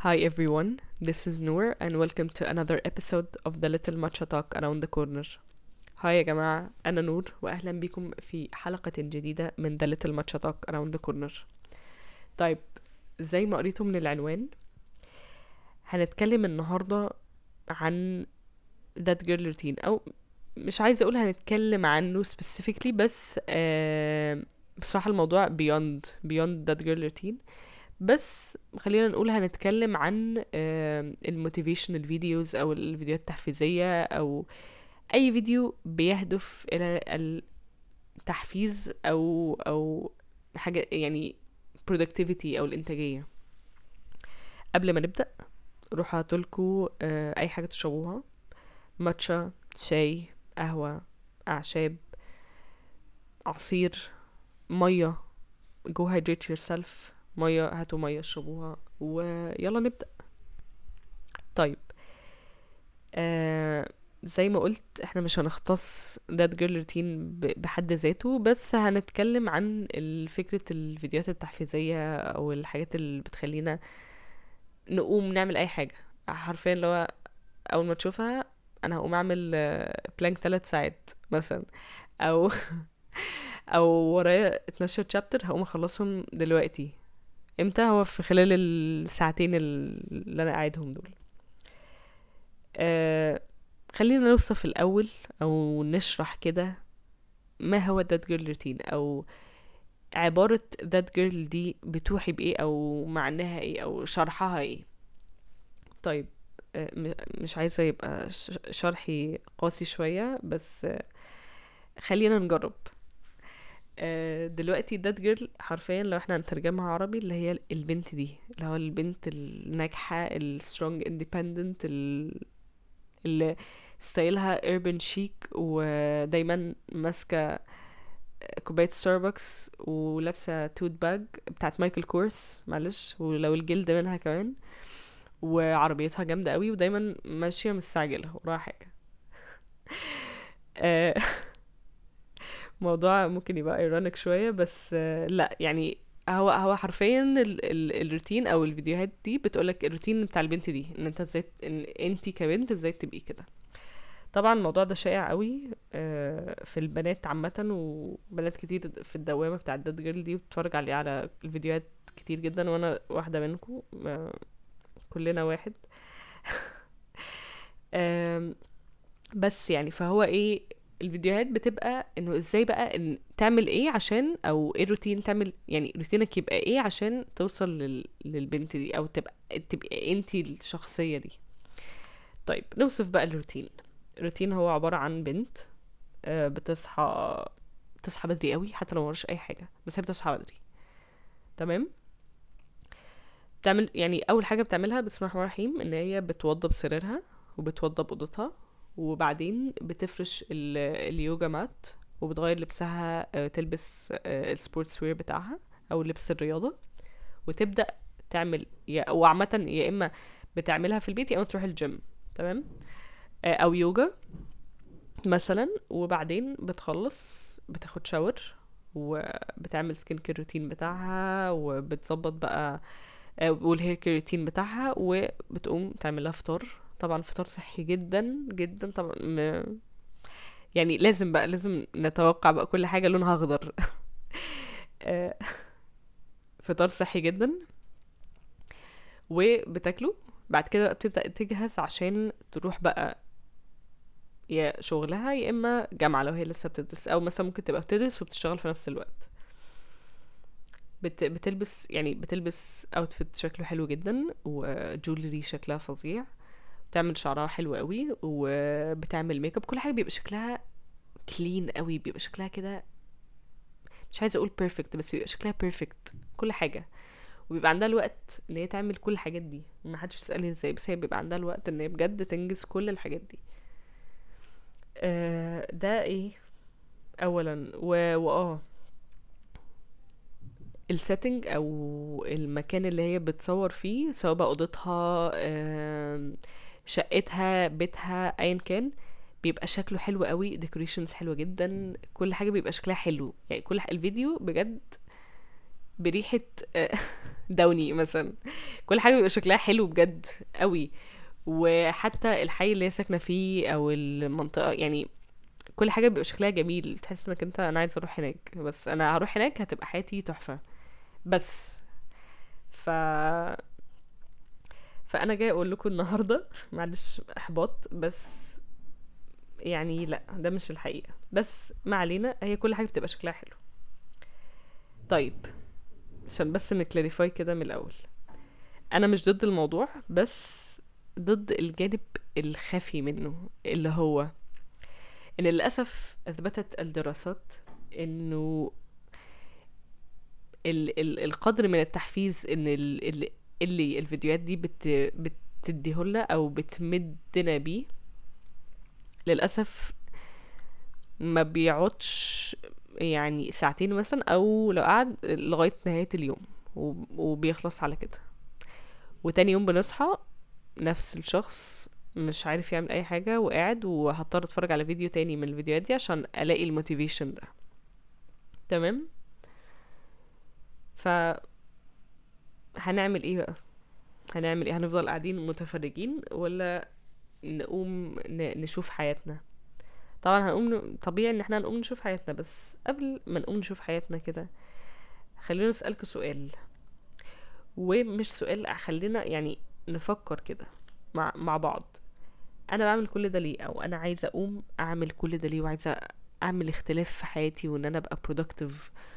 Hi everyone, this is Noor and welcome to another episode of the Little Matcha Talk Around the Corner. هاي يا جماعة، أنا نور وأهلا بكم في حلقة جديدة من The Little Matcha Talk Around the Corner. طيب، زي ما قريتوا من العنوان هنتكلم النهاردة عن That Girl Routine، أو مش عايزة أقول هنتكلم عنه specifically، بس بصراحة الموضوع beyond That Girl Routine. بس خلينا نقول هنتكلم عن الموتيفيشنال فيديوز او الفيديوهات التحفيزية او اي فيديو بيهدف الى التحفيز او حاجة يعني productivity او الانتاجية. قبل ما نبدأ روحوا هاتولكوا اي حاجة تشربوها، ماتشا، شاي، قهوة، اعشاب، عصير، مية. go hydrate yourself. مية، هاتوا مية اشربوها ويلا نبدأ. طيب، زي ما قلت احنا مش هنختص that girl routine بحد ذاته، بس هنتكلم عن فكرة الفيديوهات التحفيزية او الحاجات اللي بتخلينا نقوم نعمل اي حاجة. حرفيا لو اول ما تشوفها انا هقوم اعمل بلانك 3 ساعات مثلا، او او ورايا 12 شابتر هقوم اخلصهم دلوقتي. امتى؟ هو في خلال الساعتين اللي انا قاعدهم دول. خلينا نوصف الأول أو نشرح كده ما هو that girl routine، أو عبارة that girl دي بتوحي بإيه أو معناها إيه أو شرحها إيه. طيب، مش عايزة يبقى شرحي قاسي شوية، بس خلينا نجرب. دلوقتي that girl حرفيا لو احنا هنترجمها عربي اللي هي البنت دي، اللي هو البنت الناجحة السترونج independent اللي ستايلها urban chic ودايما ماسكة كوباية ستاربكس ولابسة توت باج بتاعت مايكل كورس، معلش ولو الجلد منها كمان، وعربيتها جامدة قوي ودايما ماشية مستعجلة وراها حاجة. آه، موضوع ممكن يبقى ايرونيك شوية، بس لا يعني هو حرفيا الروتين او الفيديوهات دي بتقولك الروتين بتاع البنت دي، ان انت ازاي، ان انتي كبنت ازاي تبقي كده. طبعا الموضوع ده شائع قوي في البنات عامة، وبنات كتير في الدوامة بتاع الدات جيرل دي بتتفرج على الفيديوهات كتير جدا، وانا واحدة منكم، كلنا واحد. آم، بس يعني فهو ايه، الفيديوهات بتبقى انه ازاي بقى ان تعمل ايه عشان، او ايه الروتين تعمل، يعني روتينك يبقى ايه عشان توصل للبنت دي، او تبقى انتي الشخصية دي. طيب نوصف بقى الروتين. الروتين هو عبارة عن بنت بتصحى بدري قوي حتى لو مورش اي حاجه، بس هي بتصحى بدري. تمام. بتعمل يعني اول حاجه بتعملها بسم الله الرحمن الرحيم ان هي بتوضب سريرها وبتوضب اوضتها، وبعدين بتفرش اليوجا مات وبتغير لبسها، تلبس السبورتس وير بتاعها او لبس الرياضه، وتبدا تعمل وعامه يا اما بتعملها في البيت يا اما تروح الجيم. تمام. او يوجا مثلا، وبعدين بتخلص بتاخد شاور وبتعمل سكين كير روتين بتاعها وبتظبط بقى، والهير كير روتين بتاعها، وبتقوم تعمل لها فطار. طبعا فطار صحي جدا جدا طبعا، يعني لازم نتوقع بقى كل حاجة لونها اخضر. آه، فطار صحي جدا وبتاكله. بعد كده بقى بتبدأ تجهز عشان تروح بقى يا شغلها يا اما جامعة لو هي لسه بتدرس، او مثلا ممكن تبقى بتدرس وبتشتغل في نفس الوقت. بتلبس اوتفيت شكله حلو جدا وجولري شكلها فظيع، بتعمل شعرها حلو قوي وبتعمل ميك اب، كل حاجه بيبقى شكلها كلين قوي، بيبقى شكلها كده، مش عايزه اقول بيرفكت بس بيبقى شكلها بيرفكت كل حاجه. وبيبقى عندها الوقت ان هي تعمل كل الحاجات دي، ما حدش يسالني ازاي، بس هي بيبقى عندها الوقت ان هي بجد تنجز كل الحاجات دي. ده ايه اولا السيتنج او المكان اللي هي بتصور فيه، سواء بقى اوضتها، شقتها، بيتها، ايا كان، بيبقى شكله حلو قوي، ديكوريشنز حلوه جدا، كل حاجه بيبقى شكلها حلو، يعني الفيديو بجد بريحه داوني مثلا. كل حاجه بيبقى شكلها حلو بجد قوي. وحتى الحي اللي هي ساكنه فيه او المنطقه يعني كل حاجه بيبقى شكلها جميل، تحس انك انت انا عايز اروح هناك، بس انا هروح هناك هتبقى حياتي تحفه. بس ف فانا جاي اقول لكم النهارده معلش احباط، بس يعني لا ده مش الحقيقه، بس ما علينا، هي كل حاجه بتبقى شكلها حلو. طيب عشان بس نكلاريفاي كده من الاول، انا مش ضد الموضوع، بس ضد الجانب الخفي منه، اللي هو ان للاسف اثبتت الدراسات انه القدر من التحفيز ان اللي الفيديوهات دي بتديهولنا او بتمدنا بيه، للاسف ما بيقعدش يعني ساعتين مثلا، او لو قعد لغاية نهاية اليوم وبيخلص على كده. وتاني يوم بنصحى نفس الشخص مش عارف يعمل اي حاجة وقاعد، وهضطر اتفرج على فيديو تاني من الفيديوهات دي عشان الاقي الموتيفيشن ده. تمام. ف هنعمل ايه بقى؟ هنعمل ايه؟ هنفضل قاعدين متفرجين ولا نقوم نشوف حياتنا؟ طبعا طبيعي ان احنا هنقوم نشوف حياتنا، بس قبل ما نقوم نشوف حياتنا كده خلينا نسألك سؤال، ومش سؤال، خلينا يعني نفكر كده مع بعض. انا بعمل كل ده ليه؟ او انا عايزه اقوم اعمل كل ده ليه؟ وعايزه اعمل اختلاف في حياتي، وان انا ابقى productive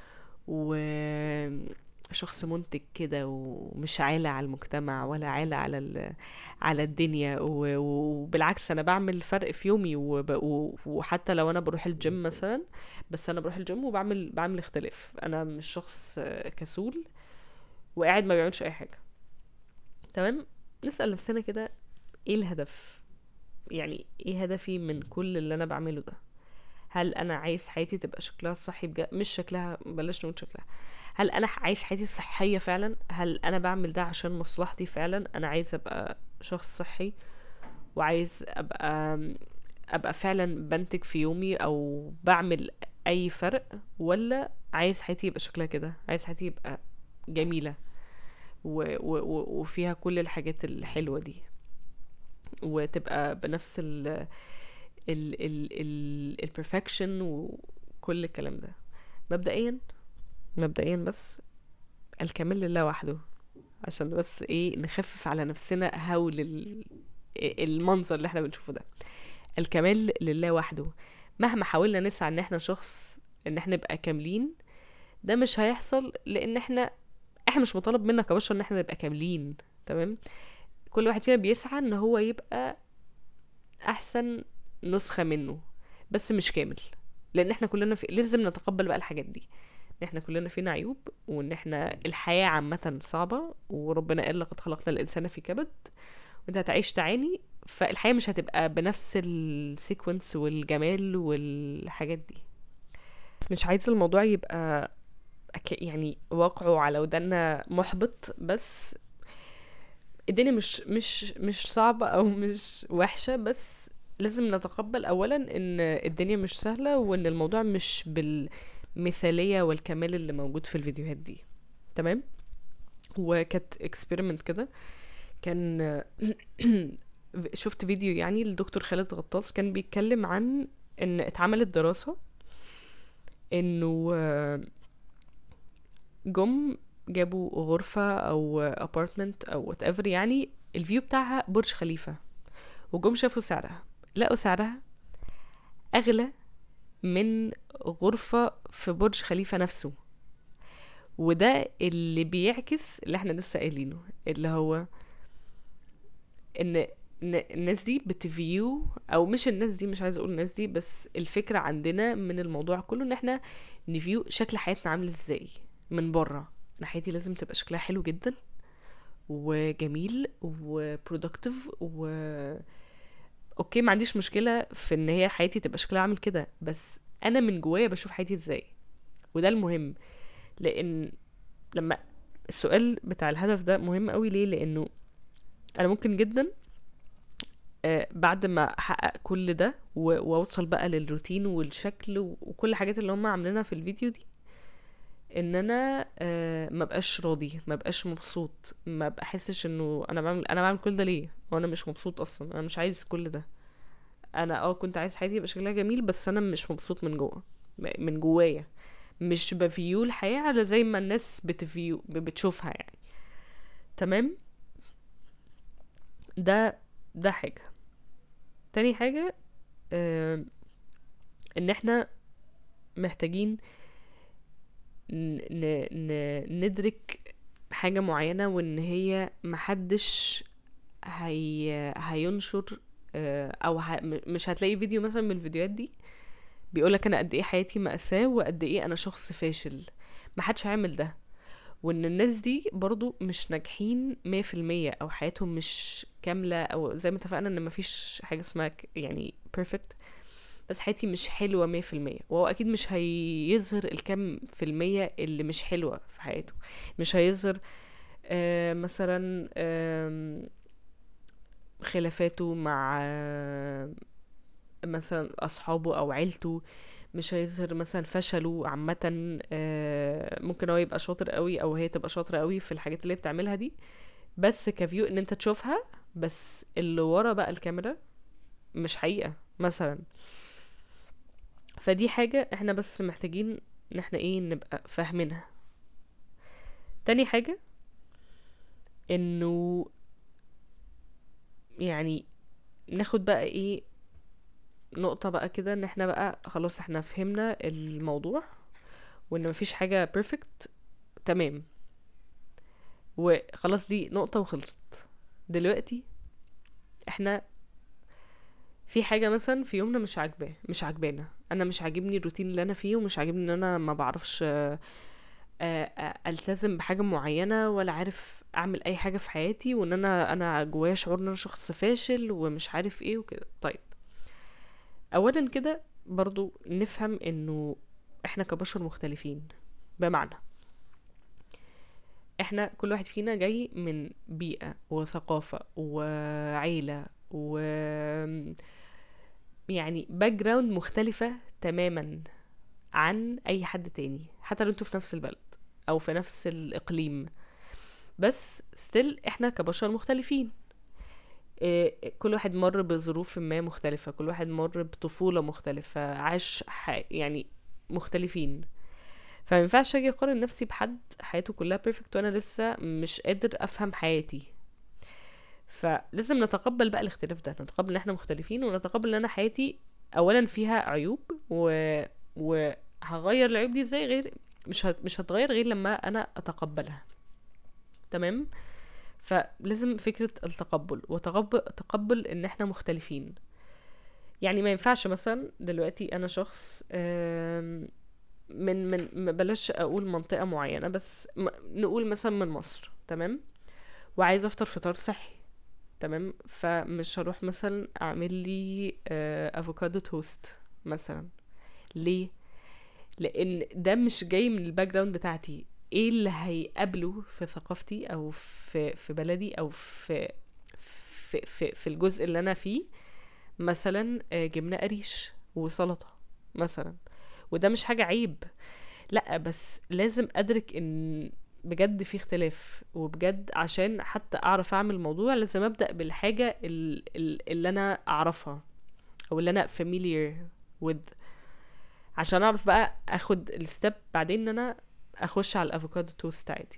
وشخص منتج كده، ومش عالة على المجتمع ولا عالة على الدنيا، وبالعكس انا بعمل فرق في يومي، وحتى لو انا بروح الجيم مثلا، بس انا بروح الجيم بعمل اختلاف. انا مش شخص كسول وقاعد ما بيعملش اي حاجة. تمام. نسأل نفسنا كده، ايه الهدف؟ يعني ايه هدفي من كل اللي انا بعمله ده؟ هل انا عايز حياتي تبقى شكلها صحي بجد؟ مش شكلها، بلاش نقول شكلها. هل انا عايز حياتي صحية فعلا؟ هل انا بعمل ده عشان مصلحتي فعلا؟ انا عايز ابقى شخص صحي، وعايز ابقى فعلا بنتج في يومي او بعمل اي فرق، ولا عايز حياتي يبقى شكلها كده؟ عايز حياتي يبقى جميلة وفيها كل الحاجات الحلوة دي، وتبقى بنفس ال perfection وكل الكلام ده. مبدئيا مبدئيا بس الكمال لله وحده، عشان بس ايه نخفف على نفسنا هول المنظر اللي احنا بنشوفه ده. الكمال لله وحده. مهما حاولنا نسعى ان احنا ان احنا نبقى كاملين، ده مش هيحصل، لان احنا مش مطالب منا كبشر ان احنا نبقى كاملين. تمام. كل واحد فينا بيسعى ان هو يبقى احسن نسخة منه، بس مش كامل. لان احنا كلنا لازم نتقبل بقى الحاجات دي، ان احنا كلنا فينا عيوب، وان احنا الحياة عامة صعبة، وربنا قال لقد خلقنا الانسان في كبد، وانت هتعيش تعاني. فالحياة مش هتبقى بنفس السيكونس والجمال والحاجات دي. مش عايز الموضوع يبقى يعني واقعه على ودنا محبط، بس الدنيا مش صعبة او مش وحشة، بس لازم نتقبل اولا ان الدنيا مش سهلة، وان الموضوع مش بالمثالية والكمال اللي موجود في الفيديوهات دي. تمام. وكانت اكسبيرمنت كده، كان شفت فيديو يعني للدكتور خالد غطاس، كان بيتكلم عن ان اتعملت دراسة انه جابوا غرفة او ابارتمنت او whatever، يعني الفيو بتاعها برج خليفة، وجم شافوا سعرها، لقوا سعرها اغلى من غرفة في برج خليفة نفسه. وده اللي بيعكس اللي احنا لسه قايلينه، اللي هو ان الناس دي بتفيو، او مش الناس دي، مش عايزه اقول الناس دي، بس الفكره عندنا من الموضوع كله ان احنا نفيو شكل حياتنا عامل ازاي من بره. انا حياتي لازم تبقى شكلها حلو جدا وجميل وبرودكتيف اوكي، ما عنديش مشكله في ان هي حياتي تبقى شكلها عامل كده، بس انا من جوايا بشوف حياتي ازاي. وده المهم. لان لما السؤال بتاع الهدف ده مهم قوي ليه؟ لانه انا ممكن جدا بعد ما احقق كل ده واوصل بقى للروتين والشكل وكل الحاجات اللي هم عاملينها في الفيديو دي، ان انا ما بقاش راضي، ما بقاش مبسوط، ما بحسش انه انا بعمل كل ده ليه وانا مش مبسوط اصلا. انا مش عايز كل ده. انا كنت عايز حياتي يبقى شكلها جميل، بس انا مش مبسوط من جوه، من جوايا. مش بفيو الحياة على زي ما الناس بتشوفها يعني. تمام. ده ده حاجة. تاني حاجة، آه ان احنا محتاجين ندرك حاجة معينة، وان هي محدش هينشر او مش هتلاقي فيديو مثلا من الفيديوهات دي بيقولك انا قد ايه حياتي مأساة وقد ايه انا شخص فاشل. محدش هيعمل ده. وان الناس دي برضو مش ناجحين 100%، او حياتهم مش كاملة، او زي ما اتفقنا ان مفيش حاجة اسمها يعني perfect. بس حياتي مش حلوة 100%، وهو اكيد مش هيظهر الكام في المية اللي مش حلوة في حياته. مش هيظهر مثلا خلافاته مع مثلا اصحابه او عيلته. مش هيظهر مثلا فشله عامة. ممكن هو يبقى شاطر قوي او هي تبقى شاطرة قوي في الحاجات اللي هي بتعملها دي، بس كفيو ان انت تشوفها، بس اللي ورا بقى الكاميرا مش حقيقة مثلا. فدي حاجة احنا بس محتاجين ان احنا نبقى فاهمينها. تاني حاجة، انه يعني ناخد بقى نقطة بقى كده، ان احنا بقى خلاص احنا فهمنا الموضوع، وان مفيش حاجة perfect. تمام. وخلاص دي نقطة وخلصت. دلوقتي احنا في حاجة مثلا في يومنا مش عاجبانا. انا مش عاجبني الروتين اللي انا فيه، ومش عاجبني ان انا ما بعرفش التزم بحاجة معينة، ولا عارف اعمل اي حاجة في حياتي، وان انا جوايا شعور ان انا شخص فاشل ومش عارف ايه وكده. طيب، اولا كده برضو نفهم انه احنا كبشر مختلفين. بمعنى احنا كل واحد فينا جاي من بيئة وثقافة وعيلة و يعني باك جراوند مختلفة تماما عن اي حد تاني، حتى لو انتوا في نفس البلد او في نفس الاقليم. بس ستيل احنا كبشر مختلفين. كل واحد مر بظروف ما مختلفة، كل واحد مر بطفولة مختلفة، عاش يعني مختلفين. فما ينفعش اجي اقارن نفسي بحد حياته كلها بيرفكت وانا لسه مش قادر افهم حياتي. فلازم نتقبل بقى الاختلاف ده، نتقبل ان احنا مختلفين، ونتقبل ان انا حياتي اولا فيها عيوب وهغير العيوب دي ازاي؟ غير مش هتغير غير لما انا اتقبلها. تمام. فلازم فكرة التقبل تقبل ان احنا مختلفين. يعني ما ينفعش مثلا دلوقتي انا شخص من بلاش اقول منطقة معينة، بس نقول مثلا من مصر. تمام. وعايزة افطر فطار صحي. تمام. فمش هروح مثلا اعمل لي افوكادو توست مثلا. ليه؟ لان ده مش جاي من الباك جراوند بتاعتي. ايه اللي هيقابله في ثقافتي او في بلدي او في الجزء اللي انا فيه؟ مثلا جبنة قريش وسلطة مثلا. وده مش حاجة عيب، لا، بس لازم ادرك ان بجد في اختلاف. وبجد عشان حتى اعرف اعمل موضوع لازم ابدأ بالحاجة اللي انا اعرفها، او اللي انا familiar with، عشان اعرف بقى اخد الستep بعدين ان انا اخش على الافوكادو توست عادي.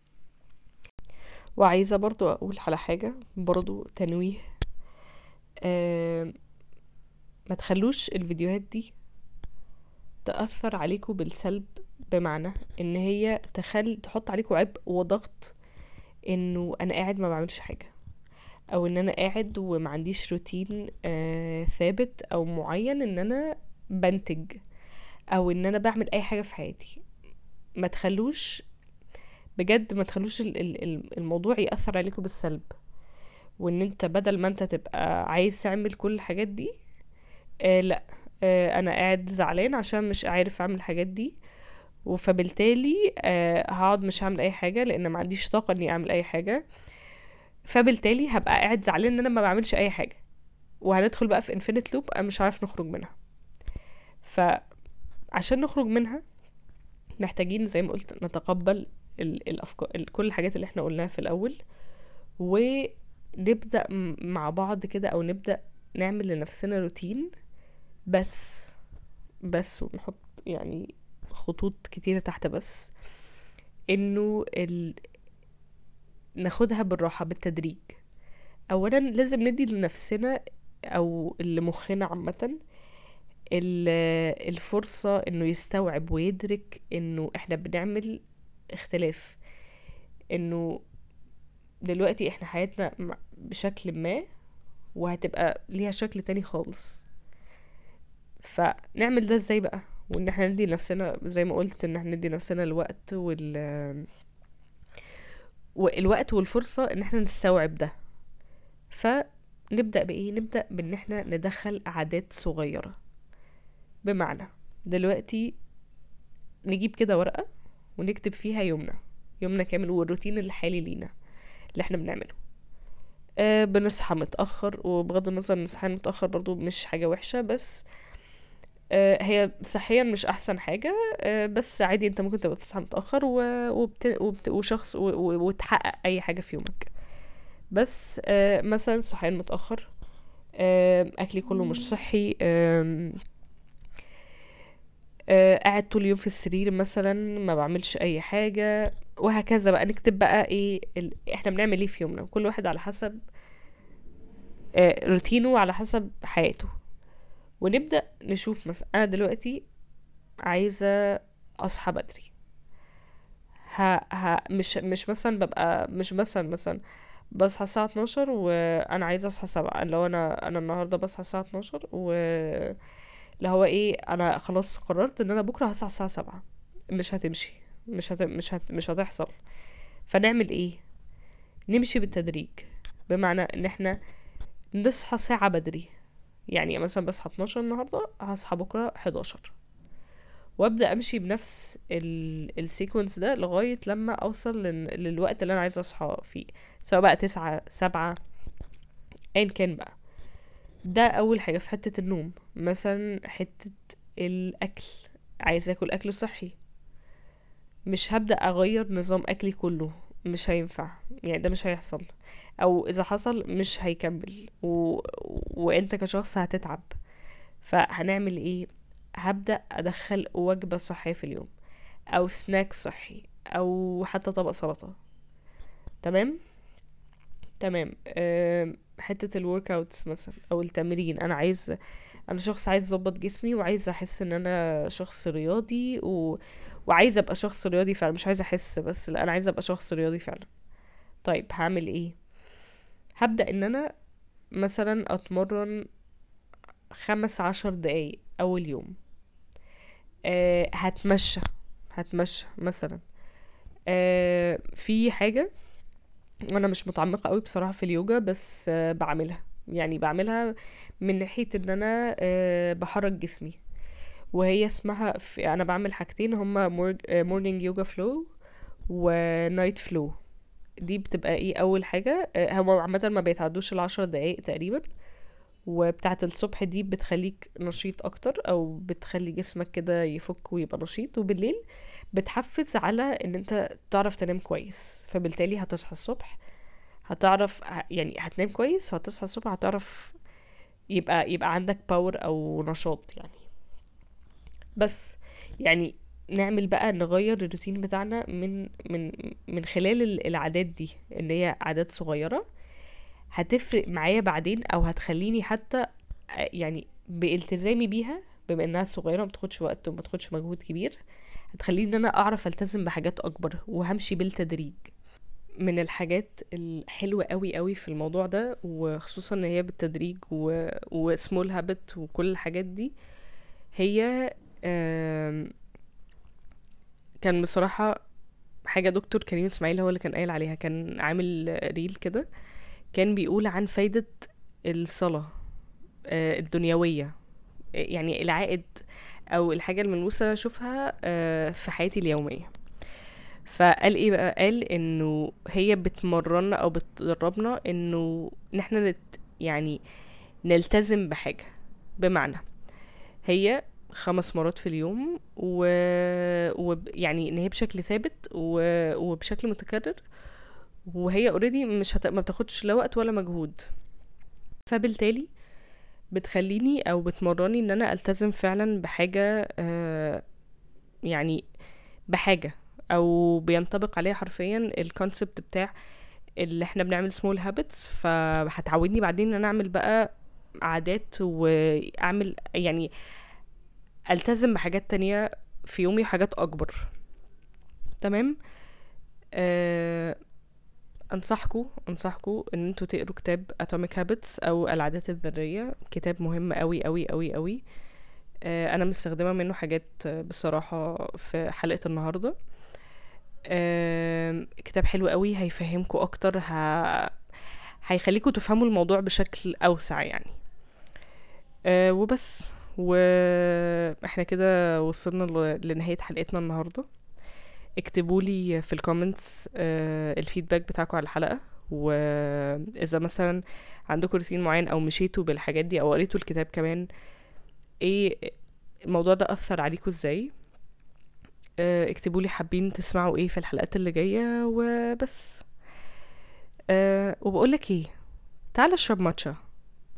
وعايزة برضو اقول على حاجة، برضو تنويه. أه ما تخلوش الفيديوهات دي تأثر عليكم بالسلب، بمعنى ان هي تحط عليكم عبء وضغط انه انا قاعد ما بعملش حاجة، او ان انا قاعد وما عنديش روتين ثابت او معين ان انا بنتج، او ان انا بعمل اي حاجة في حياتي. ما تخلوش بجد ما تخلوش الموضوع يأثر عليكم بالسلب. وان انت بدل ما انت تبقى عايز تعمل كل الحاجات دي، لا، انا قاعد زعلان عشان مش عارف اعمل الحاجات دي، فبالتالي هقعد مش هعمل اي حاجة لان ما عنديش طاقة اني اعمل اي حاجة. فبالتالي هبقى قاعد زعلان ان انا ما بعملش اي حاجة، وهندخل بقى في انفينيت لوب انا مش عارف نخرج منها. فعشان نخرج منها محتاجين زي ما قلت نتقبل الافكار، كل الحاجات اللي احنا قلناها في الاول، ونبدأ مع بعض كده، او نبدأ نعمل لنفسنا روتين. بس ونحط يعني خطوط كتيرة تحت، بس انه ناخدها بالراحة بالتدريج. اولا لازم ندي لنفسنا او لمخنا عامة الفرصة انه يستوعب ويدرك انه احنا بنعمل اختلاف، انه دلوقتي احنا حياتنا بشكل ما، وهتبقى ليها شكل تاني خالص. فنعمل ده ازاي بقى؟ وان احنا ندي نفسنا زي ما قلت، ان احنا ندي نفسنا الوقت والوقت والفرصة ان احنا نستوعب ده. فنبدأ بإيه؟ نبدأ بان احنا ندخل عادات صغيرة. بمعنى دلوقتي نجيب كده ورقة ونكتب فيها يومنا كامل، والروتين الحالي لينا اللي احنا بنعمله. بنصحى متأخر، وبغض النظر ان الصحيان متأخر برضو مش حاجة وحشة، بس هي صحيا مش احسن حاجة. بس عادي، انت ممكن تبقى تصحى متأخر وشخص وتحقق اي حاجة في يومك. بس مثلا صحيان متأخر، اكلي كله مش صحي، قاعد طول اليوم في السرير مثلا، ما بعملش اي حاجة، وهكذا بقى. نكتب بقى ايه احنا بنعمل ايه في يومنا، كل واحد على حسب روتينه، على حسب حياته. ونبدأ نشوف مثلا انا دلوقتي عايزة اصحى بدري. مش مثلا ببقى مش مثلا بصحى الساعة 12 وانا عايزة اصحى 7. لو انا النهاردة بصحى الساعة 12 اللي هو ايه، انا خلاص قررت ان انا بكرة هصحى الساعة 7. مش هتمشي، مش هتحصل. فنعمل ايه؟ نمشي بالتدريج. بمعنى ان احنا نصحى ساعة بدري. يعني مثلا بصحى 12 النهاردة، هصحى بكرة 11، وابدا امشي بنفس السيكونس ده لغايه لما اوصل للوقت اللي انا عايزه اصحى فيه، سواء بقى 9 7، ايا كان بقى. ده اول حاجه. في حته النوم مثلا، حته الاكل، عايزه اكل اكل صحي، مش هبدا اغير نظام اكلي كله، مش هينفع، يعني ده مش هيحصل، او اذا حصل مش هيكمل وانت كشخص هتتعب. فهنعمل ايه؟ هبدأ ادخل وجبة صحية في اليوم، او سناك صحي، او حتى طبق سلطة. تمام. تمام. حتة الورك اوتس مثلا او التمرين، انا شخص عايز اظبط جسمي، وعايز احس ان انا شخص رياضي وعايز ابقى شخص رياضي فعلا، مش عايز احس بس، لا انا عايز ابقى شخص رياضي فعلا. طيب هعمل ايه؟ هبدأ ان انا مثلا اتمرن 15 دقايق اول يوم. هتمشى مثلا. في حاجة انا مش متعمقة قوي بصراحة في اليوجا، بس بعملها، يعني بعملها من ناحية ان انا بحرك جسمي. وهي اسمها انا بعمل حاجتين، هما مورنينج يوجا فلو ونايت فلو. دي بتبقى ايه؟ اول حاجة هو عامة ما بيتعدوش ال10 دقايق تقريبا. وبتاعة الصبح دي بتخليك نشيط اكتر، او بتخلي جسمك كده يفك ويبقى نشيط. وبالليل بتحفز على ان انت تعرف تنام كويس، فبالتالي هتصحى الصبح هتعرف، يعني هتنام كويس، فهتصحى الصبح هتعرف يبقى عندك باور او نشاط يعني. بس يعني نعمل بقى، نغير الروتين بتاعنا من خلال العادات دي، ان هي عادات صغيرة هتفرق معايا بعدين، او هتخليني حتى يعني بالتزامي بيها، بما انها صغيرة ومتاخدش وقت ومتاخدش مجهود كبير، هتخليني ان انا اعرف التزم بحاجات اكبر، وهمشي بالتدريج. من الحاجات الحلوة قوي قوي في الموضوع ده، وخصوصا ان هي بالتدريج وسمول هابت وكل الحاجات دي، هي آم، كان بصراحة حاجة دكتور كريم اسماعيل هو اللي كان قايل عليها، كان عامل ريل كده، كان بيقول عن فايدة الصلاة الدنيوية، يعني العائد او الحاجة الملموسة اللي أنا اشوفها في حياتي اليومية. فقال ايه بقى؟ قال انه هي بتمرنا او بتدربنا انه نحن يعني نلتزم بحاجة. بمعنى هي 5 مرات في اليوم يعني ان هي بشكل ثابت وبشكل متكرر، وهي اوريدي ما بتاخدش لا وقت ولا مجهود. فبالتالي بتخليني او بتمرني ان انا التزم فعلا بحاجة، يعني بحاجة، او بينطبق عليها حرفيا الكونسبت بتاع اللي احنا بنعمل small habits. فهتعودني بعدين ان انا اعمل بقى عادات، واعمل يعني التزم بحاجات تانية في يومي وحاجات اكبر. تمام. آه انصحكم ان انتوا تقروا كتاب Atomic Habits او العادات الذرية. كتاب مهم قوي قوي قوي قوي. انا مستخدمة منه حاجات بصراحة في حلقة النهاردة. كتاب حلو قوي، هيفهمكوا اكتر، هيخليكوا تفهموا الموضوع بشكل اوسع يعني. وبس. واحنا كده وصلنا لنهاية حلقتنا النهاردة. اكتبولي في الكومنتس الفيدباك بتاعكم على الحلقة، واذا مثلا عندكم روتين معين او مشيتوا بالحاجات دي او قريتوا الكتاب كمان، ايه الموضوع ده اثر عليكم ازاي. اكتبولي حابين تسمعوا ايه في الحلقات اللي جاية. وبس. وبقولك ايه، تعال اشرب ماتشا.